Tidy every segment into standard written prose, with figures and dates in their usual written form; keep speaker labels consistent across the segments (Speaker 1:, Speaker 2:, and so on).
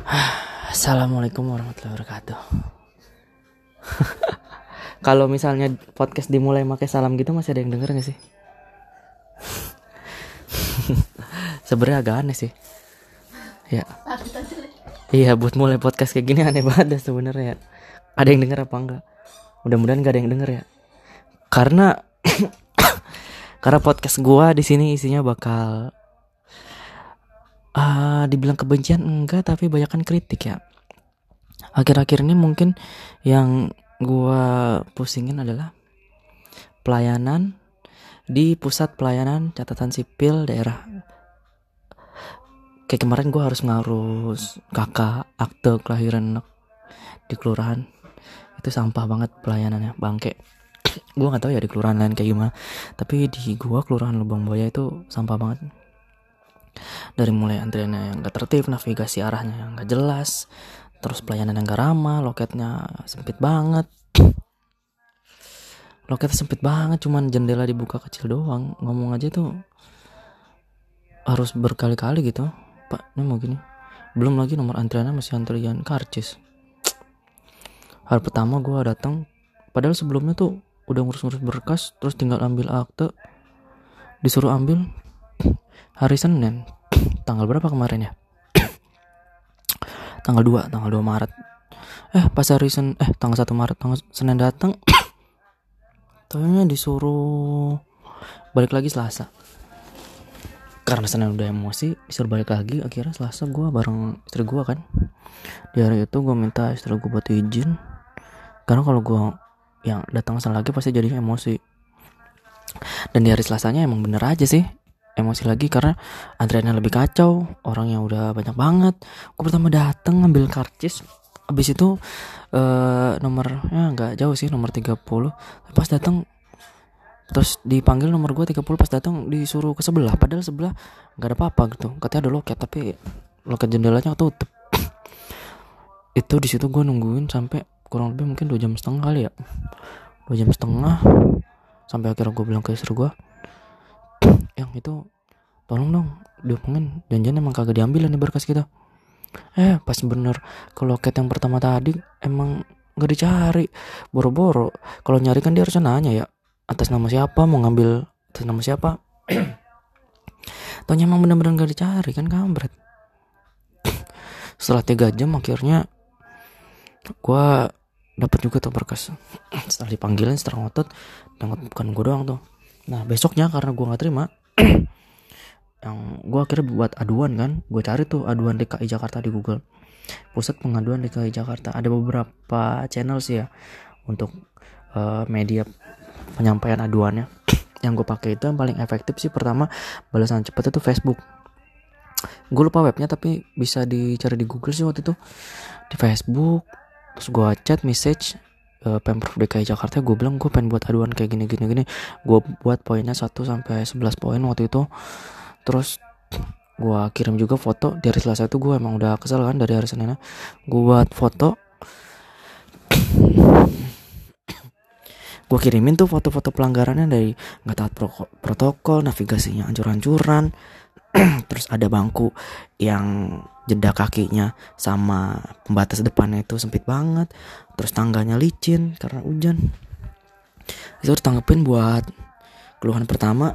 Speaker 1: Assalamualaikum warahmatullahi wabarakatuh. Kalau misalnya podcast dimulai pakai salam gitu masih ada yang denger gak sih? Sebenarnya agak aneh sih. Ya. Iya, buat mulai podcast kayak gini aneh banget sebenarnya. Ada yang denger apa enggak? Mudah-mudahan gak ada yang denger ya. Karena podcast gua di sini isinya bakal dibilang kebencian enggak, tapi banyakan kritik ya. Akhir-akhir ini mungkin yang gua pusingin adalah pelayanan di pusat pelayanan catatan sipil daerah. Kayak kemarin gue harus ngurus kakak akte kelahiran di kelurahan. Itu sampah banget pelayanannya, bangke. Gue nggak tahu ya di kelurahan lain kayak gimana, tapi di gua kelurahan Lubang Buaya itu sampah banget. Dari mulai antriannya yang gak tertib, navigasi arahnya yang gak jelas, terus pelayanan yang gak ramah, loketnya sempit banget. Cuman jendela dibuka kecil doang. Ngomong aja tuh harus berkali-kali gitu. Pak, ini mau gini. Belum lagi nomor antriannya masih antrian karcis. Hari pertama gue datang, padahal sebelumnya tuh udah ngurus-ngurus berkas, terus tinggal ambil akte, disuruh ambil hari Senin. Tanggal berapa kemarin ya? tanggal 2 Maret. Pas hari tanggal 1 Maret, tanggal Senin datang. Taunya disuruh balik lagi Selasa. Karena Senin udah emosi, disuruh balik lagi. Akhirnya Selasa gue bareng istri gue kan. Di hari itu gue minta istri gue buat izin, karena kalau gue yang datang sana lagi pasti jadinya emosi. Dan di hari Selasanya emang bener aja sih emosi lagi, karena antriannya lebih kacau, orangnya udah banyak banget. Gue pertama datang ngambil karcis, abis itu nomornya nggak jauh sih, nomor 30. Pas datang terus dipanggil nomor gue 30, pas datang disuruh ke sebelah, padahal sebelah nggak ada apa-apa gitu, katanya ada loket tapi loket jendelanya ketutup. Itu di situ gue nungguin sampai kurang lebih mungkin 2 jam setengah kali ya, 2 jam setengah, sampai akhirnya gue bilang ke istri gue, yang itu tolong dong diomongin, janjian emang kagak diambil nih berkas kita. Pas bener ke loket yang pertama tadi emang nggak dicari, boro-boro. Kalau nyari kan dia harusnya nanya ya, atas nama siapa, mau ngambil atas nama siapa. Taunya emang bener-bener gak dicari kan, kampret. Setelah 3 jam akhirnya gue dapat juga tuh berkas. Setelah dipanggilin, setelah ngotot, bukan gue doang tuh. Nah besoknya karena gue gak terima, yang gue akhirnya buat aduan kan. Gue cari tuh aduan DKI Jakarta di Google, pusat pengaduan DKI Jakarta. Ada beberapa channel sih ya untuk media penyampaian aduannya. Yang gue pakai itu yang paling efektif sih, pertama balasan cepat itu Facebook. Gue lupa webnya tapi bisa dicari di Google sih waktu itu, di Facebook. Terus gue chat message Pemprov DKI Jakarta, gue bilang gue pengen buat aduan kayak gini. Gue buat poinnya 1 sampai 11 poin waktu itu. Terus gue kirim juga foto. Dari Selasa itu gue emang udah kesel kan, dari hari Senin gue buat foto. Gue kirimin tuh foto-foto pelanggarannya, dari nggak taat protokol, navigasinya hancur-hancuran, terus ada bangku yang jeda kakinya sama pembatas depannya itu sempit banget, terus tangganya licin karena hujan. Itu ditanggepin buat keluhan pertama.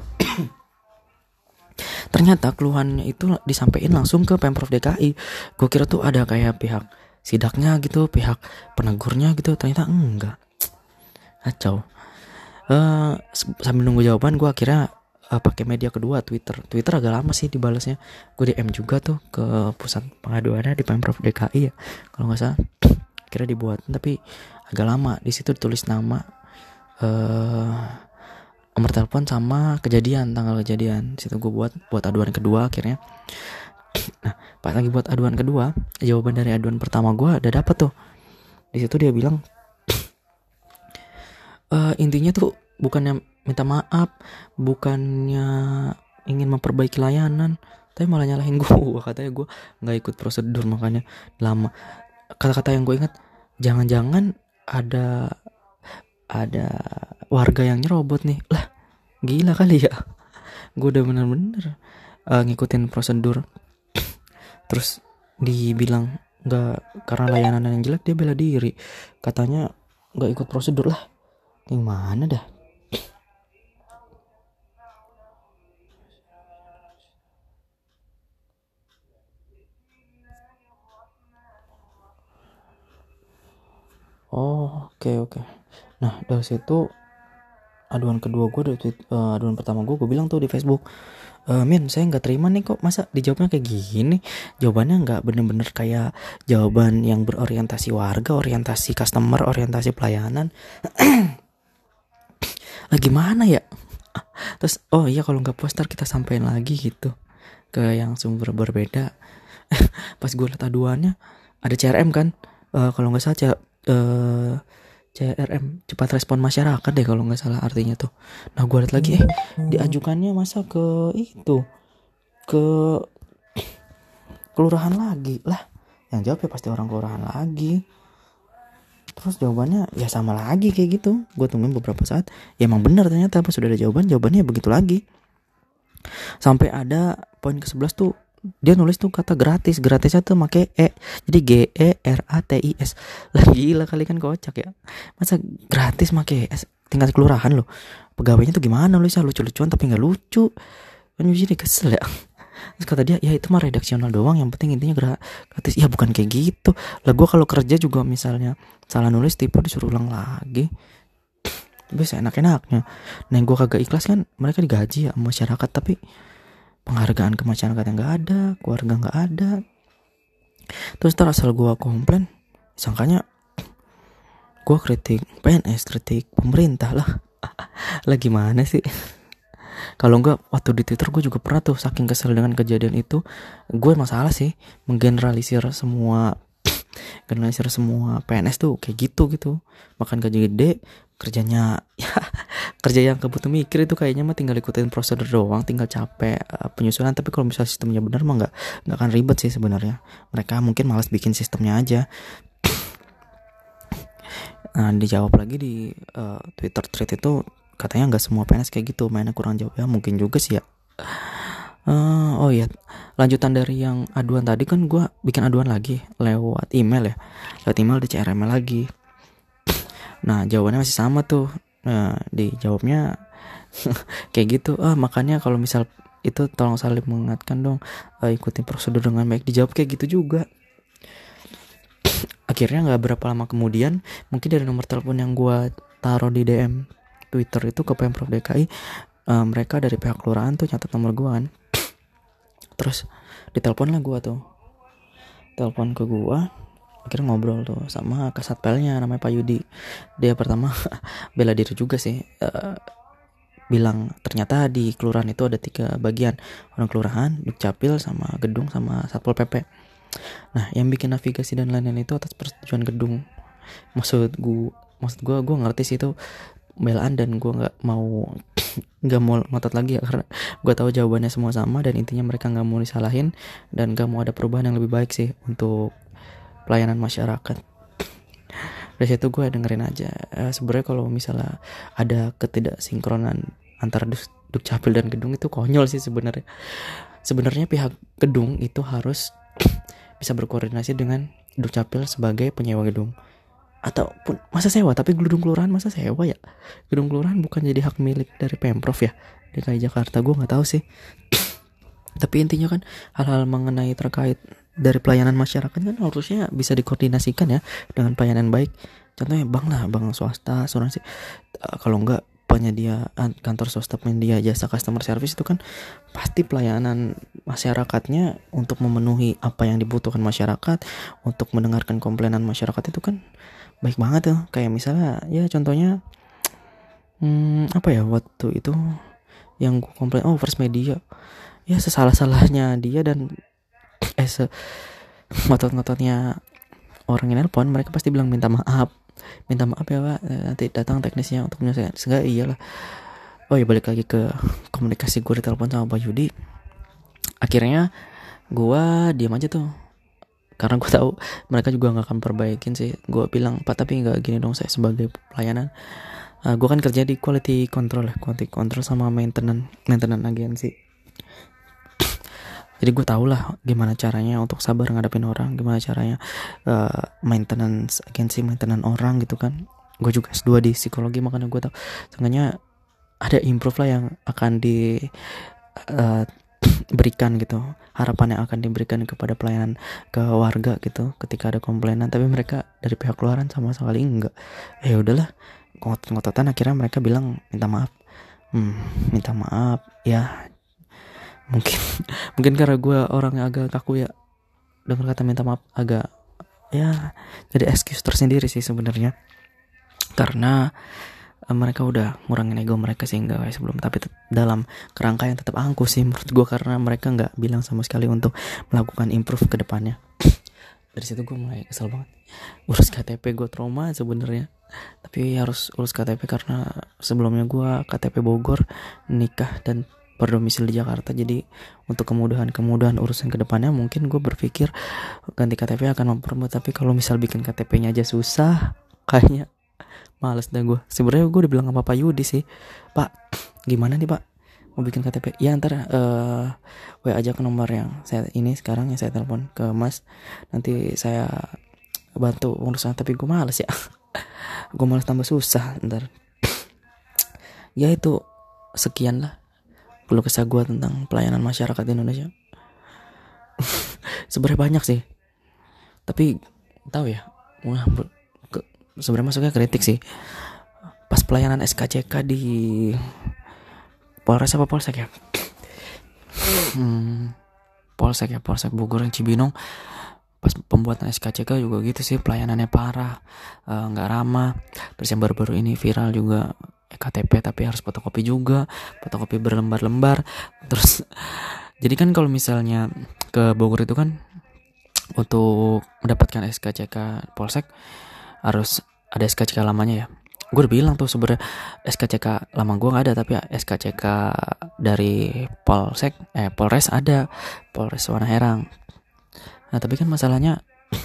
Speaker 1: Ternyata keluhannya itu disampaikan langsung ke Pemprov DKI. Gue kira tuh ada kayak pihak sidaknya gitu, pihak penegurnya gitu, ternyata enggak. Kacau. Sambil nunggu jawaban, gue akhirnya pakai media kedua, Twitter agak lama sih dibalasnya. Gue DM juga tuh ke pusat pengaduannya di Pemprov DKI ya, kalau nggak salah. Kira dibuat tapi agak lama. Di situ ditulis nama, nomor telepon sama tanggal kejadian. Di situ gue buat aduan kedua akhirnya. Nah pas lagi buat aduan kedua, jawaban dari aduan pertama gue udah dapet tuh. Di situ dia bilang, intinya tuh bukannya minta maaf, bukannya ingin memperbaiki layanan, tapi malah nyalahin gue. Katanya gue nggak ikut prosedur makanya lama. Kata-kata yang gue ingat, jangan-jangan ada warga yang nyerobot nih. Lah gila kali ya. Gue udah bener-bener ngikutin prosedur, terus dibilang nggak, karena layanan yang jelek dia bela diri, katanya nggak ikut prosedur lah. Gimana dah. Oh, oke. Nah, dari situ aduan kedua gue dari aduan pertama gue bilang tuh di Facebook, Min, saya nggak terima nih, kok masa dijawabnya kayak gini. Jawabannya nggak bener-bener kayak jawaban yang berorientasi warga, orientasi customer, orientasi pelayanan. Lah gimana ya? Terus oh iya, kalau nggak puas ntar kita sampein lagi gitu ke yang sumber berbeda. Pas gue liat aduannya ada CRM kan, kalau nggak salah CRM, cepat respon masyarakat deh kalau nggak salah artinya tuh. Nah gue liat lagi, diajukannya masa ke itu, ke kelurahan lagi lah. Yang jawab ya pasti orang kelurahan lagi. Terus jawabannya ya sama lagi kayak gitu. Gue tungguin beberapa saat, ya emang benar ternyata pas sudah ada jawabannya begitu lagi. Sampai ada poin ke-11 tuh dia nulis tuh kata gratisnya tuh make jadi GERATIS. Lah gila kali, kan kocak ya, masa gratis make S, tingkat kelurahan loh. Pegawainya tuh gimana nulisnya, lucu-lucuan tapi nggak lucu kan, jadi kesel ya. Terus kata dia, ya itu mah redaksional doang, yang penting intinya gratis. Ya bukan kayak gitu lah, gue kalau kerja juga misalnya salah nulis tipe disuruh ulang lagi, biasa enak-enaknya. Nah yang gue kagak ikhlas kan, mereka digaji ya masyarakat, tapi penghargaan ke masyarakat yang gak ada, keluarga gak ada. Terus asal gue komplain, sangkanya gue kritik PNS, kritik pemerintah lah. Lah gimana sih? Kalau enggak, waktu di Twitter gue juga pernah tuh, saking kesel dengan kejadian itu, gue masalah sih menggeneralisir semua PNS tuh kayak gitu makan gaji gede, kerjanya ya kerja yang kebutuh mikir itu kayaknya mah tinggal ikutin prosedur doang, tinggal capek penyusunan. Tapi kalau misalnya sistemnya benar mah nggak akan ribet sih sebenarnya. Mereka mungkin malas bikin sistemnya aja. Nah dijawab lagi di Twitter thread itu, katanya nggak semua PNS kayak gitu, mainnya kurang jawab. Ya mungkin juga sih ya. Oh iya, lanjutan dari yang aduan tadi kan gue bikin aduan lagi lewat email ya, lewat email di CRM lagi. Nah jawabannya masih sama tuh. Nah dijawabnya kayak gitu, makanya kalau misal itu tolong saling mengingatkan dong, ikutin prosedur dengan baik. Dijawab kayak gitu juga. Akhirnya nggak berapa lama kemudian, mungkin dari nomor telepon yang gue taruh di DM Twitter itu ke Pemprov DKI, mereka dari pihak kelurahan tuh nyatet nomor gue kan. Terus ditelepon lah gue tuh, telepon ke gue, akhirnya ngobrol tuh sama kasatpelnya namanya Pak Yudi. Dia pertama bela diri juga sih, bilang ternyata di kelurahan itu ada 3 bagian, orang kelurahan, dukcapil, sama gedung, sama satpol pp. Nah yang bikin navigasi dan lain-lain itu atas persetujuan gedung. Maksud gue ngerti sih itu belaan, dan gue nggak mau ngotot lagi ya, karena gue tahu jawabannya semua sama dan intinya mereka nggak mau disalahin dan nggak mau ada perubahan yang lebih baik sih untuk pelayanan masyarakat. Dari situ gue dengerin aja. Sebenarnya kalau misalnya ada ketidaksinkronan antara dukcapil dan gedung itu konyol sih sebenarnya. Sebenarnya pihak gedung itu harus bisa berkoordinasi dengan dukcapil sebagai penyewa gedung, ataupun masa sewa. Tapi gedung kelurahan masa sewa ya? Gedung kelurahan bukan jadi hak milik dari Pemprov ya, DKI Jakarta, gue nggak tahu sih. Tapi intinya kan hal-hal mengenai terkait dari pelayanan masyarakat kan harusnya bisa dikoordinasikan ya dengan pelayanan baik. Contohnya bank swasta, asuransi. Kalau enggak penyedia kantor swasta penyedia jasa customer service itu kan pasti pelayanan masyarakatnya untuk memenuhi apa yang dibutuhkan masyarakat, untuk mendengarkan komplainan masyarakat itu kan baik banget tuh. Kayak misalnya ya contohnya apa ya, waktu itu yang gue komplain First Media, ya sesalah-salahnya dia dan ngotot-ngototnya orang yang nelpon, mereka pasti bilang minta maaf ya Pak, nanti datang teknisnya untuk menyelesaikan. Seenggak iyalah. Oh ya, balik lagi ke komunikasi gue di telepon sama Pak Yudi. Akhirnya gue diam aja tuh, karena gue tahu mereka juga nggak akan perbaikin sih. Gue bilang, Pak tapi nggak gini dong, saya sebagai pelayanan, gue kan kerja di quality control sama maintenance agency. Jadi gue tau lah gimana caranya untuk sabar ngadepin orang, gimana caranya maintenance orang gitu kan. Gue juga S2 di psikologi, makanya gue tau seenggaknya ada improve lah yang akan berikan gitu, harapan yang akan diberikan kepada pelayanan ke warga gitu ketika ada komplainan. Tapi mereka dari pihak keluaran sama sekali enggak. Ya udahlah, ngotot-ngototan akhirnya mereka bilang minta maaf ya. Mungkin karena gue orang yang agak kaku ya, dengar kata minta maaf agak ya jadi excuse tersendiri sih sebenarnya, karena mereka udah ngurangin ego mereka sih enggak kayak sebelum, tapi dalam kerangka yang tetap angkuh sih menurut gue, karena mereka nggak bilang sama sekali untuk melakukan improve ke depannya. Dari situ gue mulai kesel banget. Urus KTP gue trauma sebenarnya, tapi harus urus KTP karena sebelumnya gue KTP Bogor, nikah dan berdomisili di Jakarta. Jadi untuk kemudahan urusan ke depannya mungkin gue berpikir ganti KTP akan mempermudah. Tapi kalau misal bikin KTP-nya aja susah, kayaknya males dah gue. Sebenarnya gue udah bilang sama Pak Yudi sih, Pak gimana nih Pak mau bikin KTP? Ya ntar WA aja ke nomor yang saya ini sekarang, yang saya telepon ke Mas, nanti saya bantu urusan. Tapi gue males ya. Gue malas tambah susah ntar. Ya itu sekian lah keluh kesah gue tentang pelayanan masyarakat di Indonesia. Sebenarnya banyak sih, tapi tahu ya, sebenarnya masuknya kritik sih. Pas pelayanan SKCK di Polres apa Polsek ya? Polsek Bogor yang Cibinong. Pas pembuatan SKCK juga gitu sih, pelayanannya parah, nggak ramah. Terus yang baru-baru ini viral juga KTP tapi harus fotokopi juga, fotokopi berlembar-lembar. Terus jadi kan kalau misalnya ke Bogor itu kan untuk mendapatkan SKCK Polsek harus ada SKCK lamanya ya. Gue udah bilang tuh sebenarnya SKCK lama gue nggak ada, tapi SKCK dari Polres ada, Polres Wanaherang. Nah tapi kan masalahnya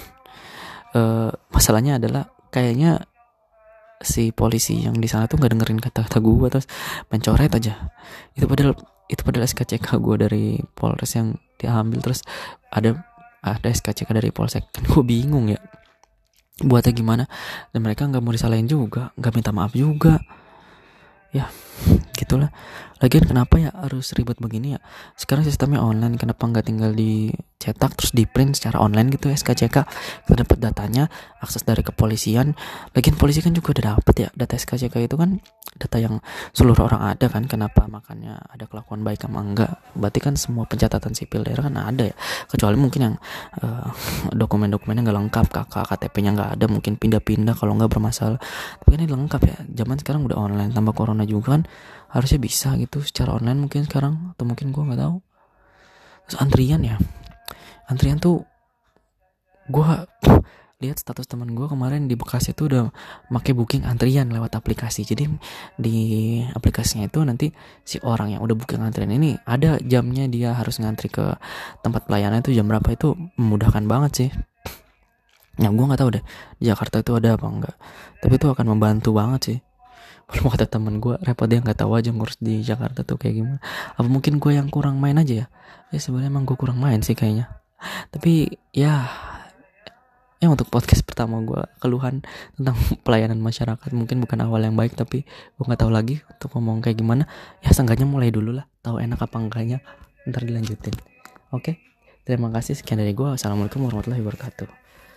Speaker 1: adalah kayaknya si polisi yang di sana tuh nggak dengerin kata-kata gue, terus mencoret aja. Itu padahal SKCK gue dari Polres yang diambil, terus ada SKCK dari Polsek. Kan gue bingung ya buatnya gimana, dan mereka nggak mau disalahin juga, nggak minta maaf juga ya, gitulah. Lagian kenapa ya harus ribet begini ya? Sekarang sistemnya online, kenapa nggak tinggal dicetak terus di print secara online gitu SKCK, kita dapat datanya, akses dari kepolisian. Lagian polisi kan juga udah dapat ya data SKCK itu kan, data yang seluruh orang ada kan. Kenapa makanya ada kelakuan baik sama enggak? Berarti kan semua pencatatan sipil daerah kan ada ya, kecuali mungkin yang dokumen-dokumennya nggak lengkap, KTP-nya nggak ada, mungkin pindah-pindah kalau nggak bermasalah. Tapi kan ini lengkap ya, zaman sekarang udah online, tambah corona juga kan, harusnya bisa gitu secara online mungkin sekarang, atau mungkin gue nggak tahu. Terus antrian tuh gue lihat status teman gue kemarin di Bekasi tuh udah pakai booking antrian lewat aplikasi. Jadi di aplikasinya itu nanti si orang yang udah booking antrian ini ada jamnya, dia harus ngantri ke tempat pelayanan itu jam berapa. Itu memudahkan banget sih. Nah gue nggak tahu deh di Jakarta itu ada apa enggak, tapi itu akan membantu banget sih. Kalau kata teman gue, repot, dia nggak tahu aja ngurus di Jakarta tuh kayak gimana. Apa mungkin gue yang kurang main aja ya? Ya sebenarnya emang gue kurang main sih kayaknya. Tapi ya untuk podcast pertama gue keluhan tentang pelayanan masyarakat, mungkin bukan awal yang baik, tapi gue nggak tahu lagi untuk ngomong kayak gimana. Ya seenggaknya mulai dulu lah, tahu enak apa enggaknya, ntar dilanjutin. Oke, terima kasih, sekian dari gue. Assalamualaikum warahmatullahi wabarakatuh.